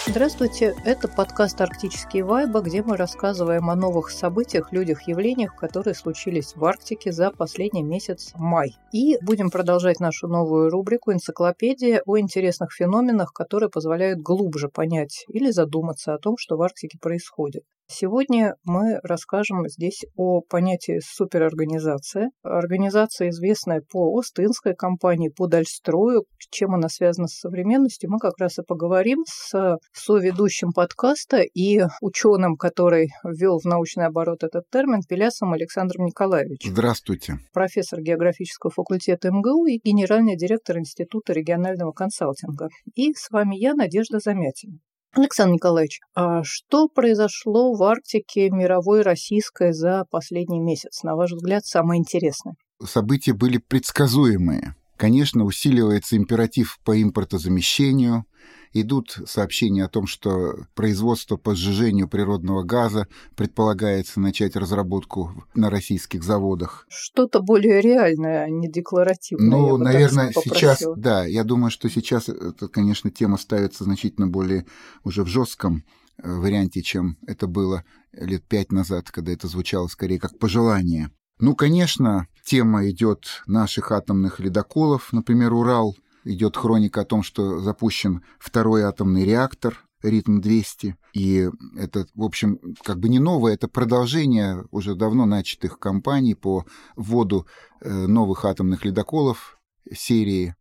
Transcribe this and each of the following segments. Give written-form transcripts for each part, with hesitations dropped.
Здравствуйте, это подкаст «Арктические вайбы», где мы рассказываем о новых событиях, людях, явлениях, которые случились в Арктике за последний месяц май. И будем продолжать нашу новую рубрику «Энциклопедия» о интересных феноменах, которые позволяют глубже понять или задуматься о том, что в Арктике происходит. Сегодня мы расскажем здесь о понятии суперорганизация. Организация, известная по Остинской компании, по Дальстрою. Чем она связана с современностью, мы как раз и поговорим с соведущим подкаста и ученым, который ввел в научный оборот этот термин, Пелясом Александром Николаевичем. Здравствуйте. Профессор географического факультета МГУ и генеральный директор Института регионального консалтинга. И с вами я, Надежда Замятина. Александр Николаевич, а что произошло в Арктике мировой, российской за последний месяц? На ваш взгляд, самое интересное? События были предсказуемые. Конечно, усиливается императив по импортозамещению. Идут сообщения о том, что производство по сжижению природного газа предполагается начать разработку на российских заводах. Что-то более реальное, а не декларативное. Ну, наверное, сейчас, да, я думаю, что сейчас эта, конечно, тема ставится значительно более уже в жестком варианте, чем это было лет 5 назад, когда это звучало скорее как пожелание. Ну, конечно, тема идет наших атомных ледоколов, например, «Урал». Идет хроника о том, что запущен второй атомный реактор «Ритм-200». И это, в общем, как бы не новое, это продолжение уже давно начатых кампаний по вводу новых атомных ледоколов серии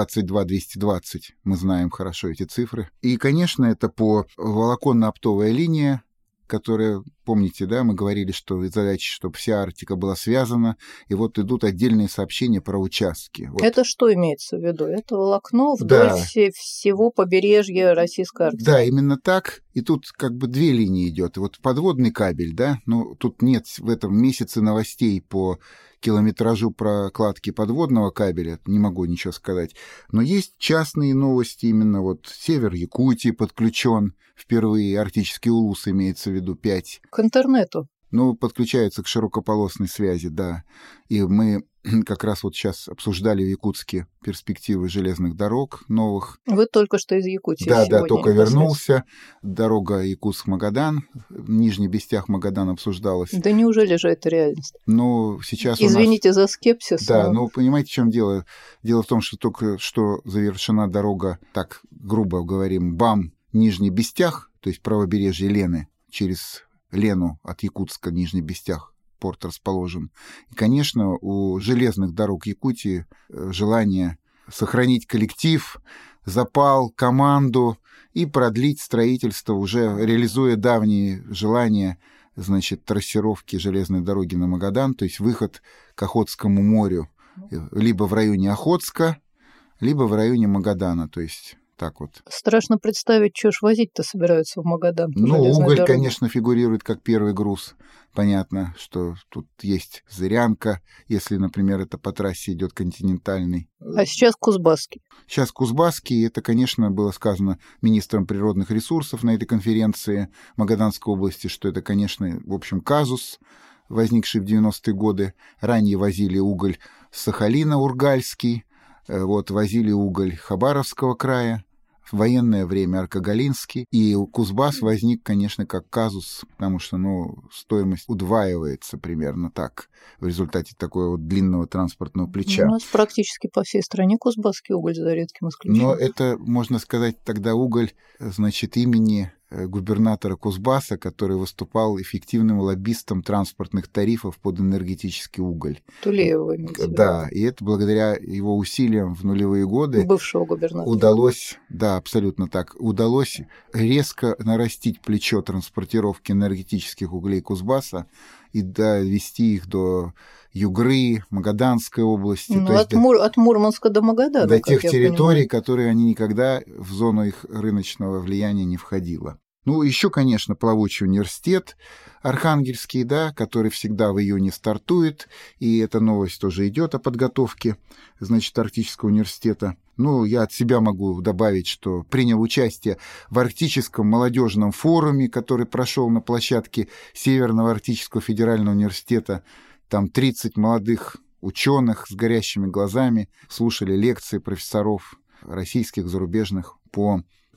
22-220. Мы знаем хорошо эти цифры. И, конечно, это по волоконно-оптовая линия, которая, помните, да, мы говорили, что задача, чтобы вся Арктика была связана, и вот идут отдельные сообщения про участки. Вот. Это что имеется в виду? Это волокно вдоль всего побережья Российской Арктики? Да, именно так. И тут как бы две линии идет. И вот подводный кабель, да, но тут нет в этом месяце новостей по километражу прокладки подводного кабеля, не могу ничего сказать. Но есть частные новости, именно вот север Якутии подключен впервые, арктический улус имеется в виду 5. К интернету? Ну, подключаются к широкополосной связи, да. И мы как раз вот сейчас обсуждали в Якутске перспективы железных дорог новых. Вы только что из Якутии Да, сегодня. Да, только вернулся. Дорога Якутск-Магадан, Нижний Бестях-Магадан обсуждалась. Да неужели же это реальность? Ну, сейчас Извините за скепсис. Да, но понимаете, в чем дело? Дело в том, что только что завершена дорога, так грубо говорим, БАМ Нижний Бестях, то есть правобережье Лены, через Лену от Якутска, Нижний Бестях, порт расположен. И, конечно, у железных дорог Якутии желание сохранить коллектив, запал, команду и продлить строительство, уже реализуя давние желания, значит, трассировки железной дороги на Магадан, то есть выход к Охотскому морю, либо в районе Охотска, либо в районе Магадана, то есть так вот. Страшно представить, что ж возить-то собираются в Магадан. Ну, уголь, конечно, фигурирует как первый груз. Понятно, что тут есть зырянка, если, например, это по трассе идет континентальный. А сейчас Кузбасский. Сейчас Кузбасский, это, конечно, было сказано министром природных ресурсов на этой конференции Магаданской области, что это, конечно, в общем, казус, возникший в 90-е годы. Ранее возили уголь с Сахалина, Ургальский, вот, возили уголь Хабаровского края, в военное время Аркагалинский, и Кузбасс возник, конечно, как казус, потому что, стоимость удваивается примерно так в результате такого вот длинного транспортного плеча. У нас практически по всей стране Кузбасский уголь, за редким исключением. Но это, можно сказать, тогда уголь, значит, имени губернатора Кузбасса, который выступал эффективным лоббистом транспортных тарифов под энергетический уголь. Тулеева. Да, и это благодаря его усилиям в нулевые годы бывшего губернатора удалось, да, абсолютно так, удалось резко нарастить плечо транспортировки энергетических углей Кузбасса и довести их до Югры, Магаданской области. То есть от Мурманска до Магадана. До тех территорий, которые они никогда в зону их рыночного влияния не входило. Ну, еще, конечно, плавучий университет Архангельский, да, который всегда в июне стартует, и эта новость тоже идет о подготовке, значит, Арктического университета. Ну, я от себя могу добавить, что принял участие в Арктическом молодежном форуме, который прошел на площадке Северного Арктического федерального университета. Там 30 молодых ученых с горящими глазами слушали лекции профессоров российских, зарубежных по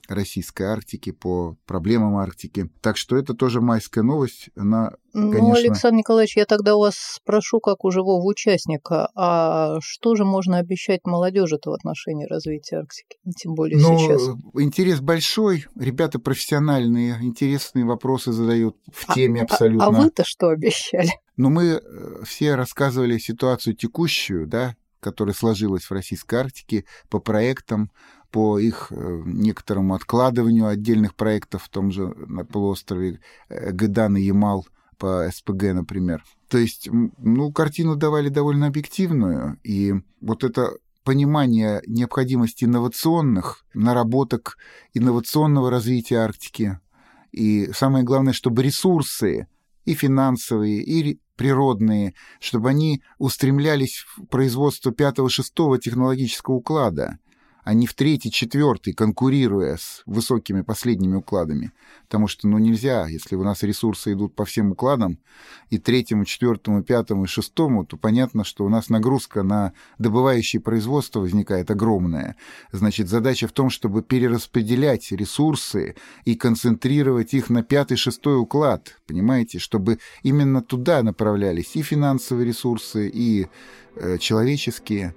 российской Арктики, по проблемам Арктики. Так что это тоже майская новость. Она, конечно... Ну, Александр Николаевич, я тогда у вас спрошу, как у живого участника, а что же можно обещать молодежи-то в отношении развития Арктики, тем более сейчас? Интерес большой, ребята профессиональные, интересные вопросы задают в теме абсолютно. А вы-то что обещали? Ну, мы все рассказывали ситуацию текущую, да, которая сложилась в российской Арктике по проектам, по их некоторому откладыванию отдельных проектов в том же на полуострове Гыдан и Ямал по СПГ, например. То есть, ну, картину давали довольно объективную, и вот это понимание необходимости инновационных наработок, инновационного развития Арктики, и самое главное, чтобы ресурсы и финансовые, и природные, чтобы они устремлялись в производство 5-6 технологического уклада, а не в 3-4, конкурируя с высокими последними укладами. Потому что, ну, нельзя, если у нас ресурсы идут по всем укладам, и 3, 4, 5 и 6, то понятно, что у нас нагрузка на добывающее производство возникает огромная. Значит, задача в том, чтобы перераспределять ресурсы и концентрировать их на 5-6 уклад, понимаете, чтобы именно туда направлялись и финансовые ресурсы, и человеческие.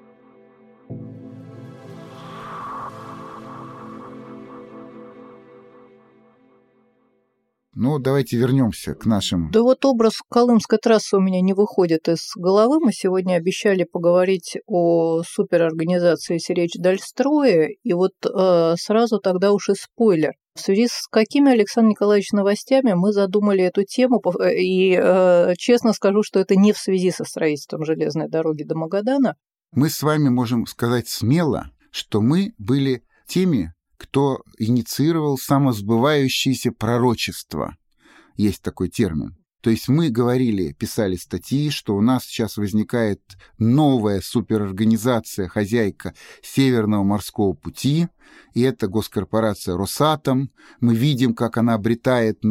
Ну, давайте вернемся к нашим... Да вот образ Колымской трассы у меня не выходит из головы. Мы сегодня обещали поговорить о суперорганизации Сиречь-Дальстрое, и вот сразу тогда уж и спойлер. В связи с какими, Александр Николаевич, новостями мы задумали эту тему, и честно скажу, что это не в связи со строительством железной дороги до Магадана. Мы с вами можем сказать смело, что мы были теми, кто инициировал самосбывающееся пророчество. Есть такой термин. То есть мы говорили, писали статьи, что у нас сейчас возникает новая суперорганизация, хозяйка Северного морского пути, и это госкорпорация «Росатом». Мы видим, как она обретает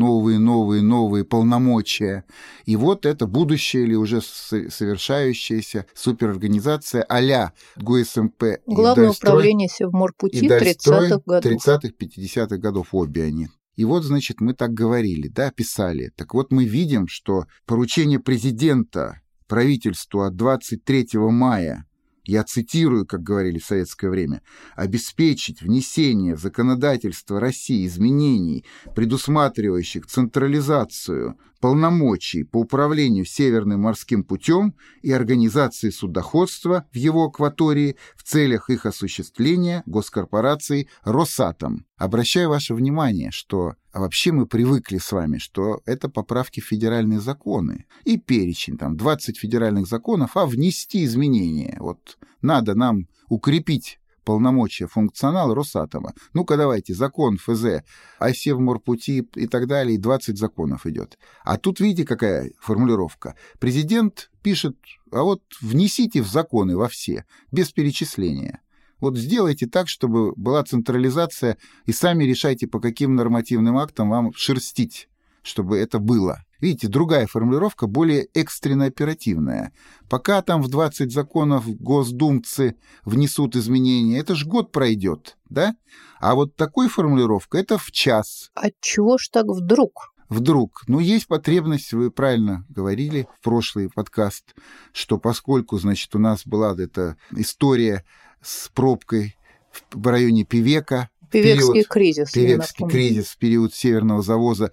новые полномочия. И вот это будущее или уже совершающаяся суперорганизация а-ля ГУСМП. Главное управление Севморпути 30-х годов. 30-50-х годов обе они. И вот, значит, мы так говорили, да, писали. Так вот, мы видим, что поручение президента правительству от 23 мая, я цитирую, как говорили в советское время, обеспечить внесение в законодательство России изменений, предусматривающих централизацию полномочий по управлению Северным морским путем и организации судоходства в его акватории в целях их осуществления госкорпорацией «Росатом». Обращаю ваше внимание, что вообще мы привыкли с вами, что это поправки в федеральные законы и перечень, там 20 федеральных законов, а внести изменения. Вот надо нам укрепить полномочия функционала Росатома. Ну-ка давайте, закон ФЗ о Севморпути и так далее, и 20 законов идет. А тут видите, какая формулировка. Президент пишет, а вот внесите в законы во все, без перечисления. Вот сделайте так, чтобы была централизация, и сами решайте, по каким нормативным актам вам шерстить, чтобы это было. Видите, другая формулировка, более экстренно-оперативная. Пока там в 20 законов госдумцы внесут изменения, это ж год пройдет, да? А вот такой формулировкой это в час. Отчего ж так вдруг? Вдруг. Ну, есть потребность, вы правильно говорили в прошлый подкаст, что поскольку, значит, у нас была эта история с пробкой в районе Певека, Певекский кризис. Певекский кризис в период Северного завоза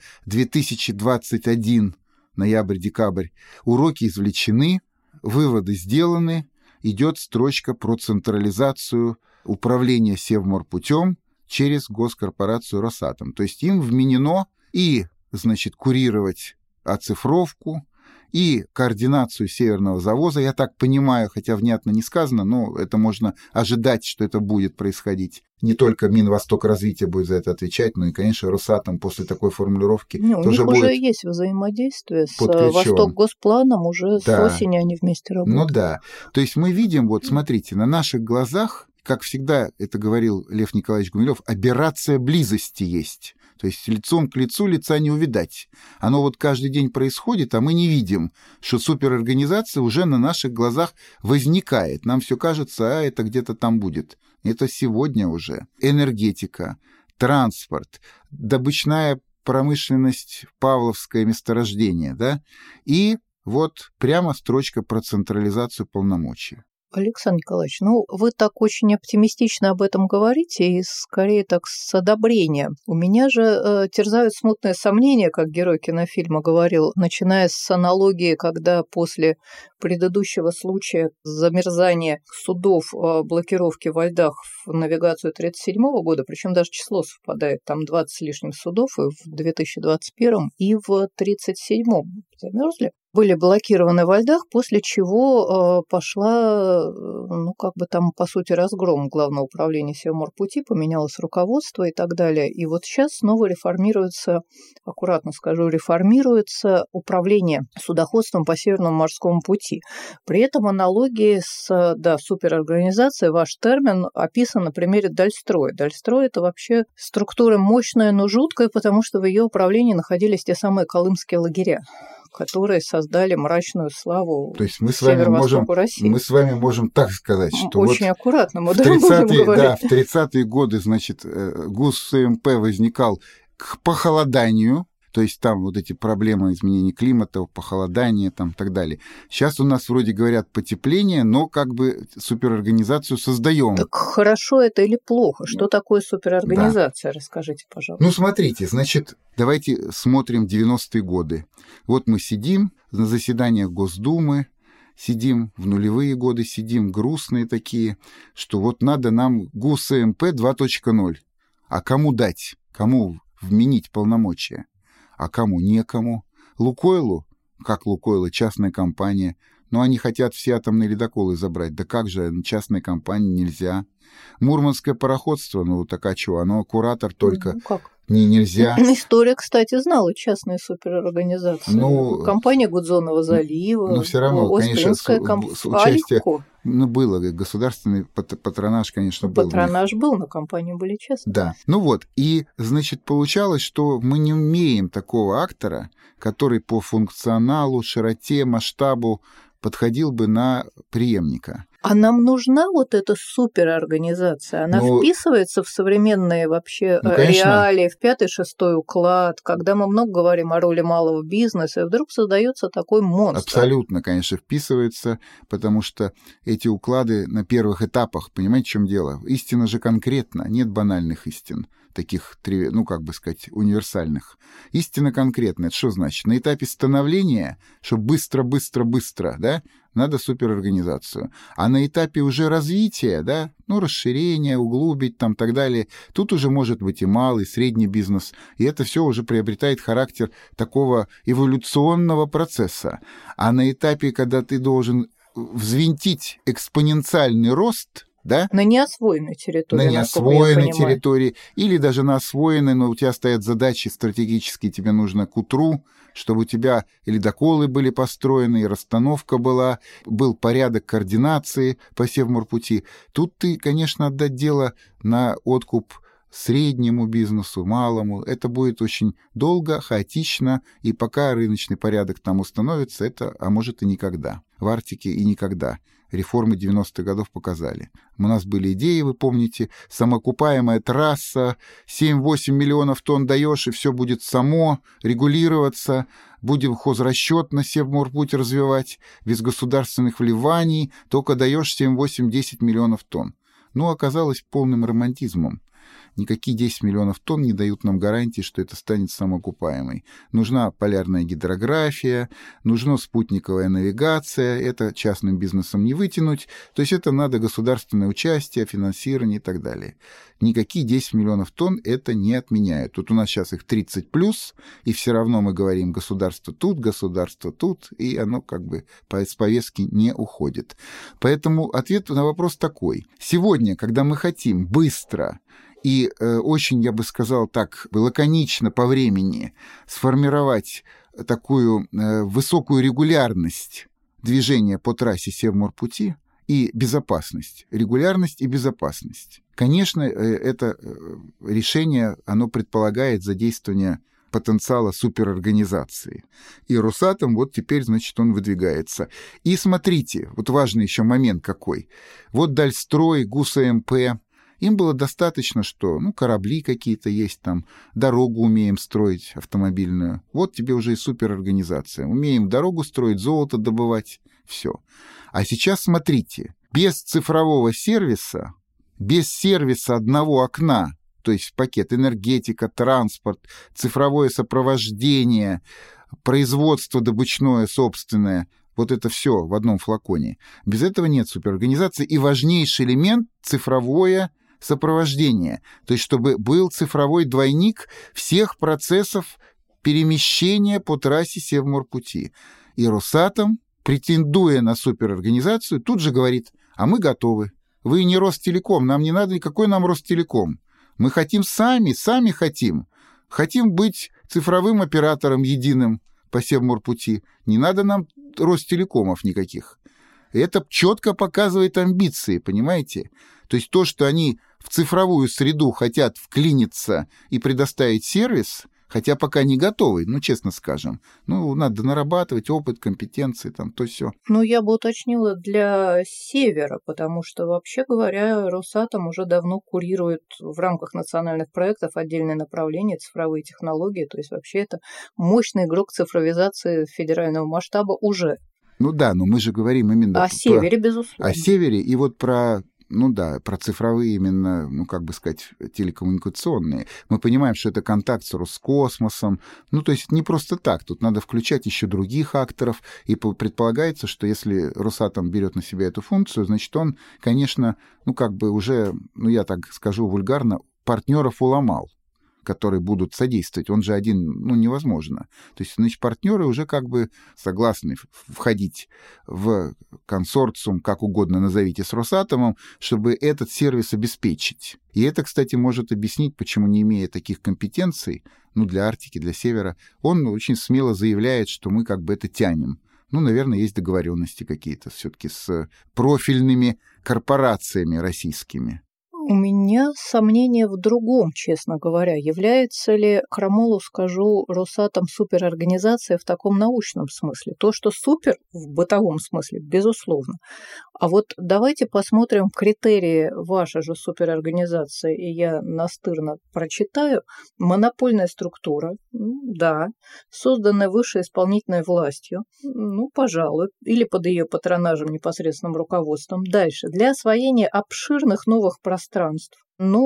2021, ноябрь-декабрь. Уроки извлечены, выводы сделаны, идет строчка про централизацию управления Севморпутем через госкорпорацию «Росатом». То есть им вменено и, значит, курировать оцифровку, и координацию северного завоза. Я так понимаю, хотя внятно не сказано, но это можно ожидать, что это будет происходить. Не только Минвостокразвитие будет за это отвечать, но и, конечно, Росатом после такой формулировки тоже будет. У них уже есть взаимодействие с Востокгоспланом, уже с осени они вместе работают. Ну да. То есть мы видим, вот смотрите, на наших глазах, как всегда это говорил Лев Николаевич Гумилев, аберрация близости есть. То есть лицом к лицу лица не увидать. Оно вот каждый день происходит, а мы не видим, что суперорганизация уже на наших глазах возникает. Нам все кажется, это где-то там будет. Это сегодня уже. Энергетика, транспорт, добычная промышленность, Павловское месторождение, да, и вот прямо строчка про централизацию полномочий. Александр Николаевич, вы так очень оптимистично об этом говорите и скорее так с одобрением. У меня же терзают смутные сомнения, как герой кинофильма говорил, начиная с аналогии, когда после предыдущего случая замерзания судов, блокировки во льдах в навигацию 1937 года, причем даже число совпадает, там 20 с лишним судов и в 2021 и в 1937 замерзли, были блокированы во льдах, после чего пошла, по сути, разгром Главного управления Севморпути, поменялось руководство и так далее. И вот сейчас снова реформируется, аккуратно скажу, реформируется управление судоходством по Северному морскому пути. При этом аналогии с суперорганизацией, ваш термин, описан на примере Дальстроя. Дальстрой – это вообще структура мощная, но жуткая, потому что в ее управлении находились те самые колымские лагеря, которые создали мрачную славу северо-востоку России. Мы с вами можем так сказать, что очень вот аккуратно мы в 30-е годы, ГУС СМП возникал к похолоданию, то есть там вот эти проблемы изменения климата, похолодания там и так далее. Сейчас у нас вроде говорят потепление, но как бы суперорганизацию создаем. Так хорошо это или плохо? Что такое суперорганизация? Да. Расскажите, пожалуйста. Смотрите, давайте смотрим 90-е годы. Вот мы сидим на заседаниях Госдумы, сидим в нулевые годы, сидим грустные такие, что вот надо нам ГУС СМП 2.0. А кому дать? Кому вменить полномочия? А кому? Некому. Лукойлу? Как Лукойл, частная компания. Но они хотят все атомные ледоколы забрать. Да как же, частной компании нельзя. Мурманское пароходство, так а что, оно куратор только... как? Нельзя. История, кстати, знала частные суперорганизации. Компания Гудзонова залива, но все равно, конечно, участие... было, государственный патронаж, конечно, был. Патронаж был, но компании были частные. Да. И, получалось, что мы не имеем такого актора, который по функционалу, широте, масштабу подходил бы на преемника. А нам нужна вот эта суперорганизация? Она вписывается в современные вообще реалии, в 5-6 уклад, когда мы много говорим о роли малого бизнеса, и вдруг создается такой монстр. Абсолютно, конечно, вписывается, потому что эти уклады на первых этапах, понимаете, в чем дело? Истина же конкретна, нет банальных истин, таких, универсальных. Истина конкретная. Это что значит? На этапе становления, чтобы быстро, да, надо суперорганизацию. А на этапе уже развития, да, расширения, углубить там так далее, тут уже может быть и малый, средний бизнес. И это все уже приобретает характер такого эволюционного процесса. А на этапе, когда ты должен взвинтить экспоненциальный рост, да? На неосвоенной территории. На неосвоенной территории. Или даже на освоенной, но у тебя стоят задачи стратегические, тебе нужно к утру, чтобы у тебя и ледоколы были построены, и расстановка была, был порядок координации по Севморпути. Тут ты, конечно, отдать дело на откуп среднему бизнесу, малому. Это будет очень долго, хаотично, и пока рыночный порядок там установится, а может и никогда. В Арктике и никогда. Реформы 90-х годов показали. У нас были идеи, вы помните, самоокупаемая трасса, 7-8 миллионов тонн даешь, и все будет само регулироваться, будем хозрасчет на Севморпуть развивать, без государственных вливаний, только даешь 7-8-10 миллионов тонн. Оказалось полным романтизмом. Никакие 10 миллионов тонн не дают нам гарантии, что это станет самоокупаемой. Нужна полярная гидрография, нужна спутниковая навигация, это частным бизнесом не вытянуть, то есть это надо государственное участие, финансирование и так далее. Никакие 10 миллионов тонн это не отменяют. Тут у нас сейчас их 30+, и все равно мы говорим государство тут, и оно с повестки не уходит. Поэтому ответ на вопрос такой. Сегодня, когда мы хотим быстро и очень, я бы сказал так, лаконично по времени сформировать такую высокую регулярность движения по трассе Севморпути и безопасность, регулярность и безопасность. Конечно, это решение, оно предполагает задействование потенциала суперорганизации. И Росатом теперь, он выдвигается. И смотрите, важный еще момент какой. Дальстрой, ГУС СМП, Им было достаточно, что корабли какие-то есть там, дорогу умеем строить автомобильную. Вот тебе уже и суперорганизация. Умеем дорогу строить, золото добывать, все. А сейчас смотрите, без цифрового сервиса, без сервиса одного окна, то есть пакет энергетика, транспорт, цифровое сопровождение, производство добычное собственное, вот это все в одном флаконе. Без этого нет суперорганизации. И важнейший элемент — цифровое сопровождение. То есть чтобы был цифровой двойник всех процессов перемещения по трассе Севморпути. И Росатом, претендуя на суперорганизацию, тут же говорит: а мы готовы. Вы не Ростелеком, нам не надо никакой нам Ростелеком. Мы хотим сами хотим. Хотим быть цифровым оператором единым по Севморпути. Не надо нам Ростелекомов никаких. Это четко показывает амбиции, понимаете? То есть то, что они в цифровую среду хотят вклиниться и предоставить сервис, хотя пока не готовы, честно скажем. Надо нарабатывать опыт, компетенции, то все. Я бы уточнила для Севера, потому что, вообще говоря, Росатом уже давно курирует в рамках национальных проектов отдельное направление цифровые технологии, то есть вообще это мощный игрок цифровизации федерального масштаба уже. Но мы же говорим именно о Севере, безусловно. О Севере и вот про цифровые именно, телекоммуникационные. Мы понимаем, что это контакт с Роскосмосом. То есть не просто так. Тут надо включать еще других акторов. И предполагается, что если Росатом берет на себя эту функцию, значит, он, конечно, уже, я так скажу вульгарно, партнеров уломал, которые будут содействовать. Он же один, невозможно. То есть, партнеры уже согласны входить в консорциум, как угодно назовите, с Росатомом, чтобы этот сервис обеспечить. И это, кстати, может объяснить, почему, не имея таких компетенций, для Арктики, для Севера, он очень смело заявляет, что мы это тянем. Наверное, есть договоренности какие-то все-таки с профильными корпорациями российскими. У меня сомнения в другом, честно говоря. Является ли, крамолу скажу, Росатом суперорганизацией в таком научном смысле? То, что супер в бытовом смысле, безусловно. А вот давайте посмотрим критерии вашей же суперорганизации, и я настырно прочитаю. Монопольная структура, да, созданная высшей исполнительной властью, пожалуй, или под ее патронажем, непосредственным руководством. Дальше. Для освоения обширных новых пространств.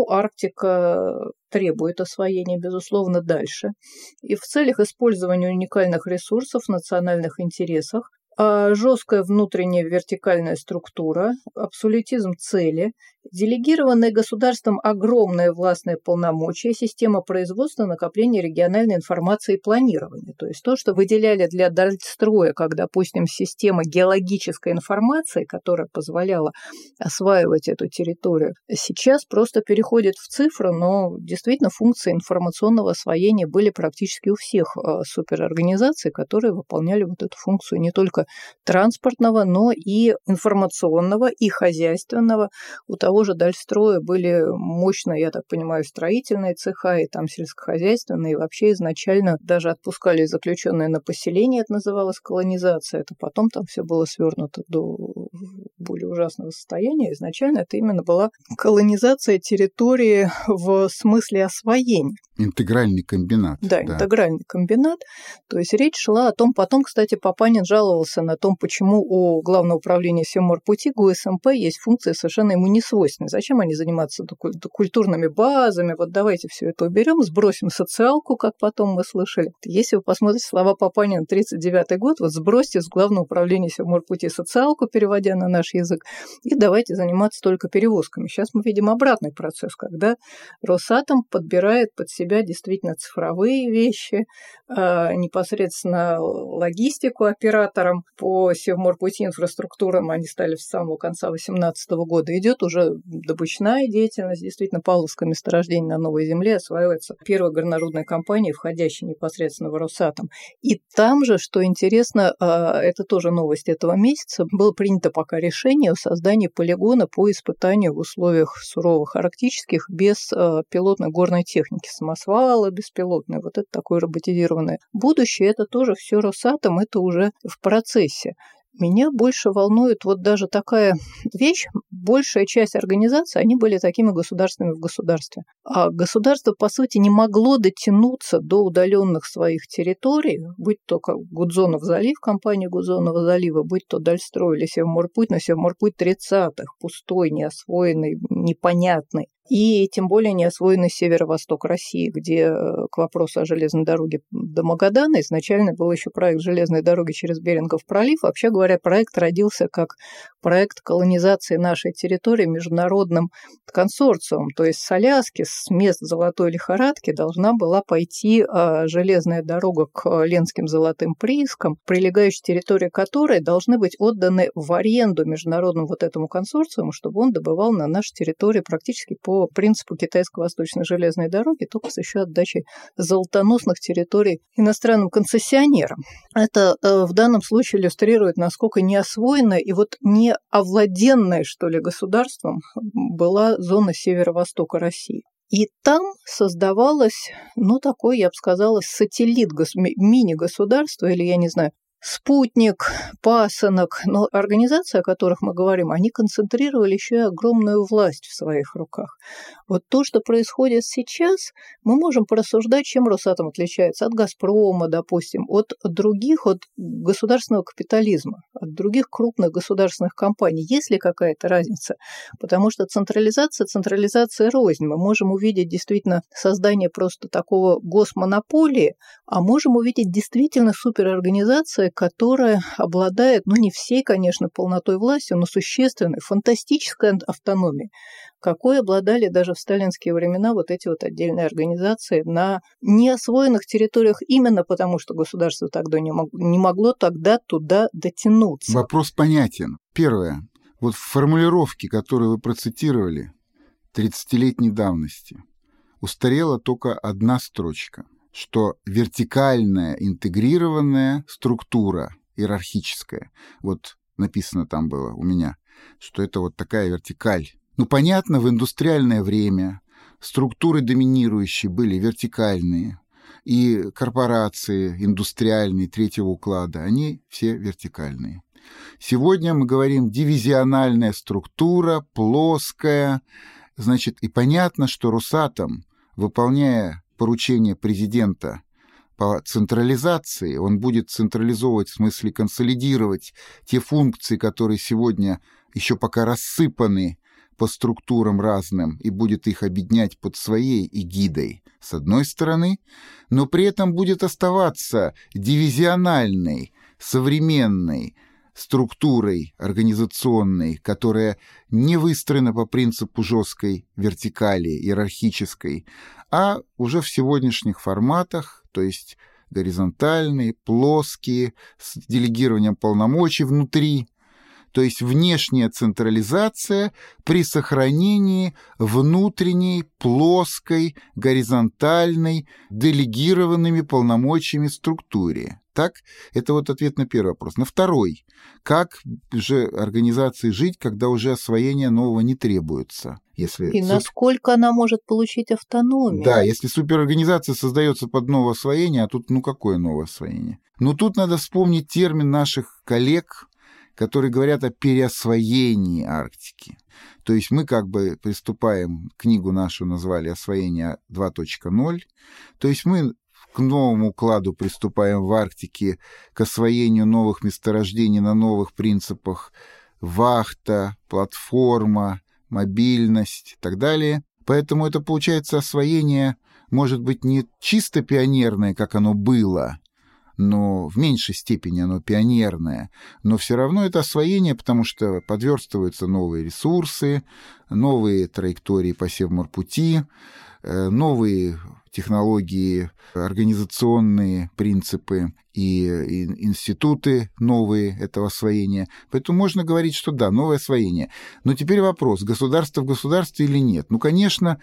Арктика требует освоения, безусловно, дальше. И в целях использования уникальных ресурсов в национальных интересах, жесткая внутренняя вертикальная структура, абсолютизм цели, делегированные государством огромные властные полномочия, система производства, накопления региональной информации и планирования. То есть то, что выделяли для Дальстроя, как, допустим, система геологической информации, которая позволяла осваивать эту территорию, сейчас просто переходит в цифру, но действительно функции информационного освоения были практически у всех суперорганизаций, которые выполняли вот эту функцию не только транспортного, но и информационного, и хозяйственного. У того же Дальстроя были мощные, я так понимаю, строительные цеха, и там сельскохозяйственные, и вообще изначально даже отпускали заключенные на поселение, это называлось колонизация, это потом там все было свернуто до более ужасного состояния. Изначально это именно была колонизация территории в смысле освоения. Интегральный комбинат. Да, интегральный комбинат. То есть речь шла о том, потом, кстати, Папанин жаловался на том, почему у Главного управления Севморпути, ГУСМП, есть функции совершенно ему не свойственные. Зачем они заниматься культурными базами? Вот давайте все это уберем, сбросим социалку, как потом мы слышали. Если вы посмотрите слова Папанина 1939 год, вот сбросьте с Главного управления Севморпути социалку, переводя на наш язык, и давайте заниматься только перевозками. Сейчас мы видим обратный процесс, когда Росатом подбирает под себя действительно цифровые вещи, непосредственно логистику операторам по Севморпути инфраструктурам, они стали с самого конца 2018 года. Идет уже добычная деятельность, действительно, Павловское месторождение на Новой Земле осваивается первой горнорудной компанией, входящей непосредственно в Росатом. И там же, что интересно, это тоже новость этого месяца, было принято пока решение о создании полигона по испытанию в условиях суровых арктических без пилотной горной техники, самосвалы беспилотные, вот это такое роботизированное будущее, это тоже все Росатом, это уже в процессе. Меня больше волнует вот даже такая вещь. Большая часть организаций, они были такими государствами в государстве. А государство, по сути, не могло дотянуться до удаленных своих территорий, будь то как Гудзонов залив, компания Гудзонова залива, будь то Дальстрой или Севморпуть, но Севморпуть 30-х, пустой, неосвоенный, непонятный. И тем более не освоенный северо-восток России, где к вопросу о железной дороге до Магадана изначально был еще проект железной дороги через Берингов пролив. Вообще говоря, проект родился как проект колонизации нашей территории международным консорциумом. То есть с Аляски, с мест золотой лихорадки должна была пойти железная дорога к Ленским золотым приискам, прилегающие территории которой должны быть отданы в аренду международному вот этому консорциуму, чтобы он добывал на нашей территории практически по принципу китайско-восточной железной дороги, только с еще отдачей золотоносных территорий иностранным концессионерам. Это в данном случае иллюстрирует, насколько неосвоенная и вот не овладенная, что ли, государством была зона северо-востока России. И там создавалось, такой, я бы сказала, сателлит мини-государства, или, я не знаю, спутник, пасынок, но организации, о которых мы говорим, они концентрировали еще и огромную власть в своих руках. Вот то, что происходит сейчас, мы можем порассуждать, чем Росатом отличается от «Газпрома», допустим, от других, от государственного капитализма, от других крупных государственных компаний. Есть ли какая-то разница? Потому что централизация рознь. Мы можем увидеть действительно создание просто такого госмонополии, а можем увидеть действительно суперорганизации, которая обладает, не всей, конечно, полнотой власти, но существенной, фантастической автономией, какой обладали даже в сталинские времена вот эти вот отдельные организации на неосвоенных территориях, именно потому что государство тогда не могло тогда туда дотянуться. Вопрос понятен. Первое. Вот в формулировке, которую вы процитировали, 30-летней давности, устарела только одна строчка, что вертикальная интегрированная структура иерархическая, вот написано там было у меня, что это вот такая вертикаль. Понятно, в индустриальное время структуры доминирующие были вертикальные, и корпорации индустриальные третьего уклада, они все вертикальные. Сегодня мы говорим дивизиональная структура, плоская, значит, и понятно, что Росатом, выполняя поручение президента по централизации, он будет централизовывать, в смысле консолидировать те функции, которые сегодня еще пока рассыпаны по структурам разным, и будет их объединять под своей эгидой, с одной стороны, но при этом будет оставаться дивизиональной, современной структурой организационной, которая не выстроена по принципу жесткой вертикали, иерархической, а уже в сегодняшних форматах, то есть горизонтальные, плоские, с делегированием полномочий внутри, то есть внешняя централизация при сохранении внутренней, плоской, горизонтальной, делегированными полномочиями структуре. Так, это вот ответ на первый вопрос. На второй. Как же организации жить, когда уже освоение нового не требуется? И насколько она может получить автономию? Да, если суперорганизация создается под новое освоение, а тут, какое новое освоение? Тут надо вспомнить термин наших коллег, которые говорят о переосвоении Арктики. То есть мы приступаем, книгу нашу назвали «Освоение 2.0», то есть мы к новому укладу приступаем в Арктике, к освоению новых месторождений на новых принципах: вахта, платформа, мобильность и так далее. Поэтому это получается освоение, может быть, не чисто пионерное, как оно было, но в меньшей степени оно пионерное, но все равно это освоение, потому что подверстываются новые ресурсы, новые траектории по Севморпути, новые технологии, организационные принципы и институты новые этого освоения. Поэтому можно говорить, что да, новое освоение. Но теперь вопрос, государство в государстве или нет? Конечно,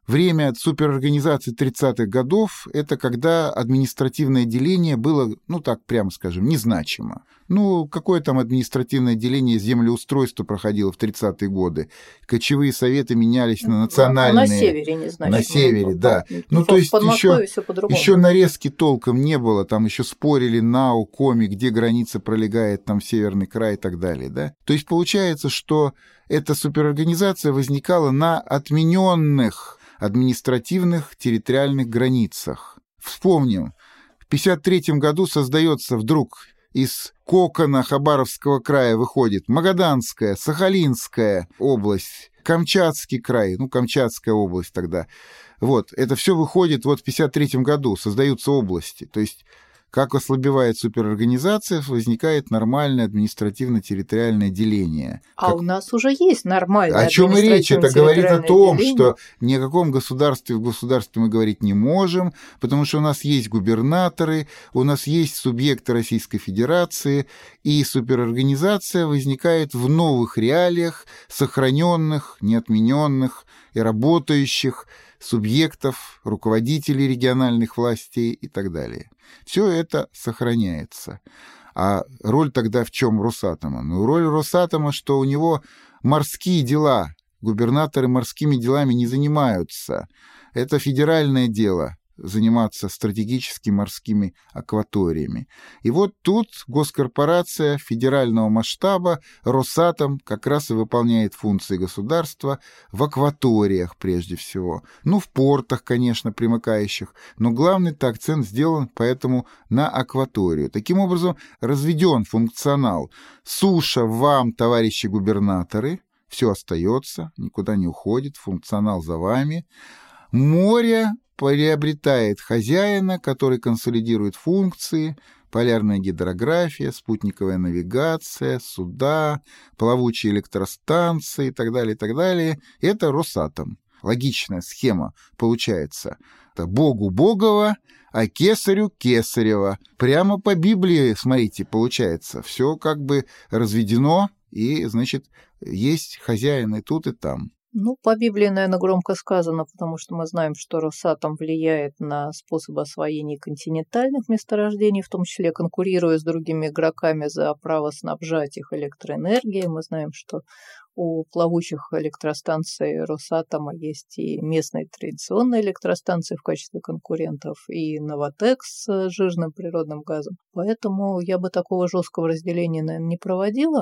время суперорганизации 30-х годов — это когда административное деление было, ну так прямо скажем, незначимо. Ну, какое там административное деление землеустройства проходило в 30-е годы? Кочевые советы менялись на национальные. На севере незначимо. На севере, да. Ну, то есть еще нарезки толком не было, там еще спорили на Коми, где граница пролегает, там северный край и так далее, да. То есть получается, что эта суперорганизация возникала на отмененных административных территориальных границах. Вспомним, в 1953 году создается вдруг из кокона Хабаровского края выходит Магаданская, Сахалинская область, Камчатский край, ну, Камчатская область тогда. Вот, это все выходит вот в 1953 году, создаются области. То есть, как ослабевает суперорганизация, возникает нормальное административно-территориальное деление. А у нас уже есть нормальное административно-территориальное деление. О чем и речь? Это говорит о том, деление, что ни о каком государстве в государстве мы говорить не можем, потому что у нас есть губернаторы, у нас есть субъекты Российской Федерации, и суперорганизация возникает в новых реалиях, сохраненных, неотмененных и работающих субъектов, руководителей региональных властей и так далее. Все это сохраняется. А роль тогда в чем Росатома? Ну, роль Росатома, что у него морские дела, губернаторы морскими делами не занимаются. Это федеральное дело — заниматься стратегически морскими акваториями. И вот тут госкорпорация федерального масштаба, Росатом, как раз и выполняет функции государства в акваториях прежде всего. Ну, в портах, конечно, примыкающих, но главный-то акцент сделан поэтому на акваторию. Таким образом, разведен функционал. Суша вам, товарищи губернаторы, все остается, никуда не уходит, функционал за вами. Море приобретает хозяина, который консолидирует функции: полярная гидрография, спутниковая навигация, суда, плавучие электростанции и так далее, и так далее. Это Росатом. Логичная схема получается. Это Богу Богова, а кесарю Кесарева. Прямо по Библии, смотрите, получается. Все как бы разведено, и, значит, есть хозяин и тут, и там. Ну, по Библии, наверное, громко сказано, потому что мы знаем, что Росатом влияет на способ освоения континентальных месторождений, в том числе конкурируя с другими игроками за право снабжать их электроэнергией. Мы знаем, что у плавучих электростанций Росатома есть и местные традиционные электростанции в качестве конкурентов, и Новотек с жирным природным газом. Поэтому я бы такого жесткого разделения, наверное, не проводила.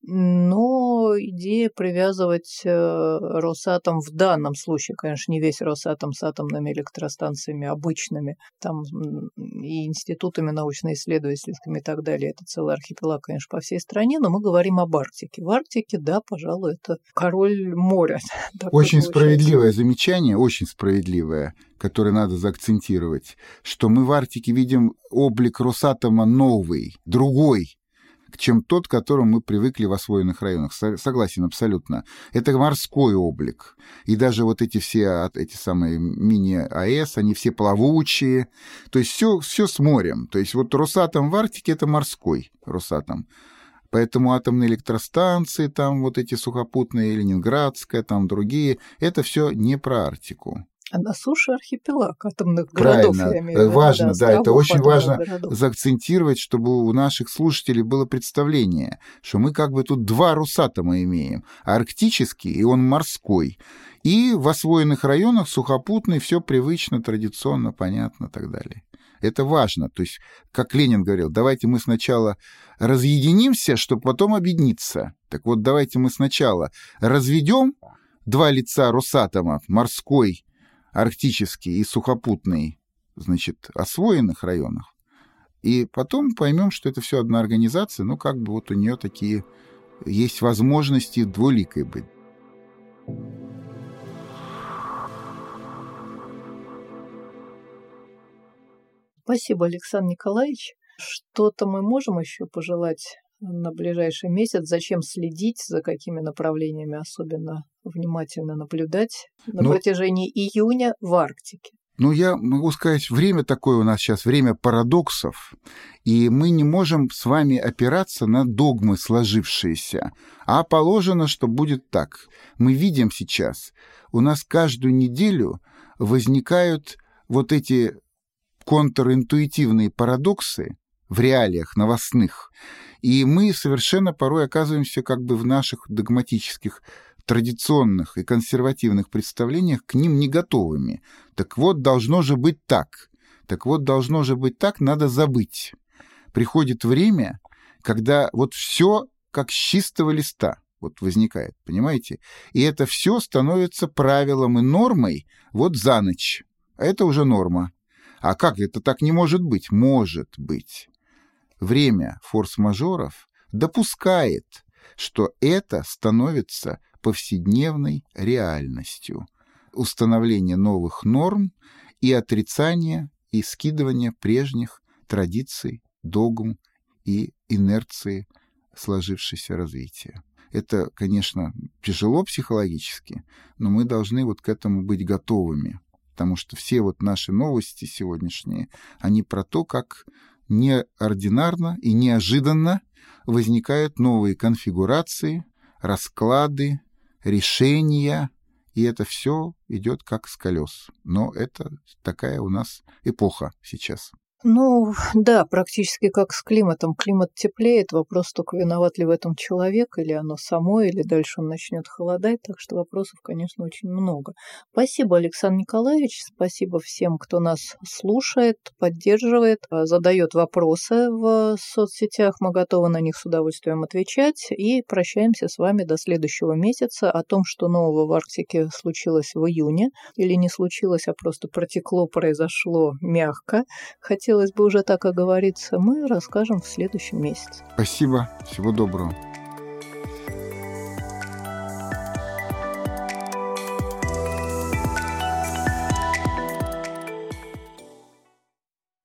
Но идея привязывать Росатом в данном случае, конечно, не весь Росатом с атомными электростанциями обычными, там и институтами научно-исследовательскими и так далее, это целый архипелаг, конечно, по всей стране, но мы говорим об Арктике. В Арктике, да, пожалуй, это король моря. Очень справедливое замечание, очень справедливое, которое надо заакцентировать, что мы в Арктике видим облик Росатома новый, другой, чем тот, к которому мы привыкли в освоенных районах. Согласен абсолютно. Это морской облик. И даже вот эти все, эти самые мини-АЭС, они все плавучие. То есть все с морем. То есть вот Росатом в Арктике — это морской Росатом. Поэтому атомные электростанции, там вот эти сухопутные, Ленинградская, там другие, это все не про Арктику. А на суше архипелаг атомных городов. Правильно, важно, да, это очень важно заакцентировать, чтобы у наших слушателей было представление, что мы как бы тут два Росатома имеем, арктический, и он морской, и в освоенных районах сухопутный, все привычно, традиционно, понятно и так далее. Это важно, то есть, как Ленин говорил, давайте мы сначала разъединимся, чтобы потом объединиться. Так вот, давайте мы сначала разведем два лица Росатома, морской, арктический и сухопутный, значит, освоенных районах. И потом поймем, что это все одна организация, ну, как бы вот у нее такие есть возможности двуликой быть. Спасибо, Александр Николаевич. Что-то мы можем еще пожелать на ближайший месяц? Зачем следить, за какими направлениями особенно внимательно наблюдать на протяжении июня в Арктике? Ну, я могу сказать, время такое у нас сейчас, время парадоксов, и мы не можем с вами опираться на догмы сложившиеся, а положено, что будет так. Мы видим сейчас, у нас каждую неделю возникают вот эти контринтуитивные парадоксы в реалиях новостных, и мы совершенно порой оказываемся как бы в наших догматических традиционных и консервативных представлениях к ним не готовыми. Так вот, должно же быть так. Надо забыть. Приходит время, когда вот все как с чистого листа вот возникает, понимаете? И это все становится правилом и нормой вот за ночь. А это уже норма. А как это так не может быть? Может быть. Время форс-мажоров допускает, что это становится повседневной реальностью. Установление новых норм и отрицание и скидывание прежних традиций, догм и инерции сложившегося развития. Это, конечно, тяжело психологически, но мы должны вот к этому быть готовыми, потому что все вот наши новости сегодняшние, они про то, как неординарно и неожиданно возникают новые конфигурации, расклады, решения, и это все идет как с колес. Но это такая у нас эпоха сейчас. Ну, да, практически как с климатом. Климат теплеет, вопрос только, виноват ли в этом человек, или оно само, или дальше он начнет холодать, так что вопросов, конечно, очень много. Спасибо, Александр Николаевич, спасибо всем, кто нас слушает, поддерживает, задает вопросы в соцсетях, мы готовы на них с удовольствием отвечать, и прощаемся с вами до следующего месяца. О том, что нового в Арктике случилось в июне, или не случилось, а просто протекло, произошло мягко, хотелось бы уже так оговориться, мы расскажем в следующем месяце. Спасибо. Всего доброго.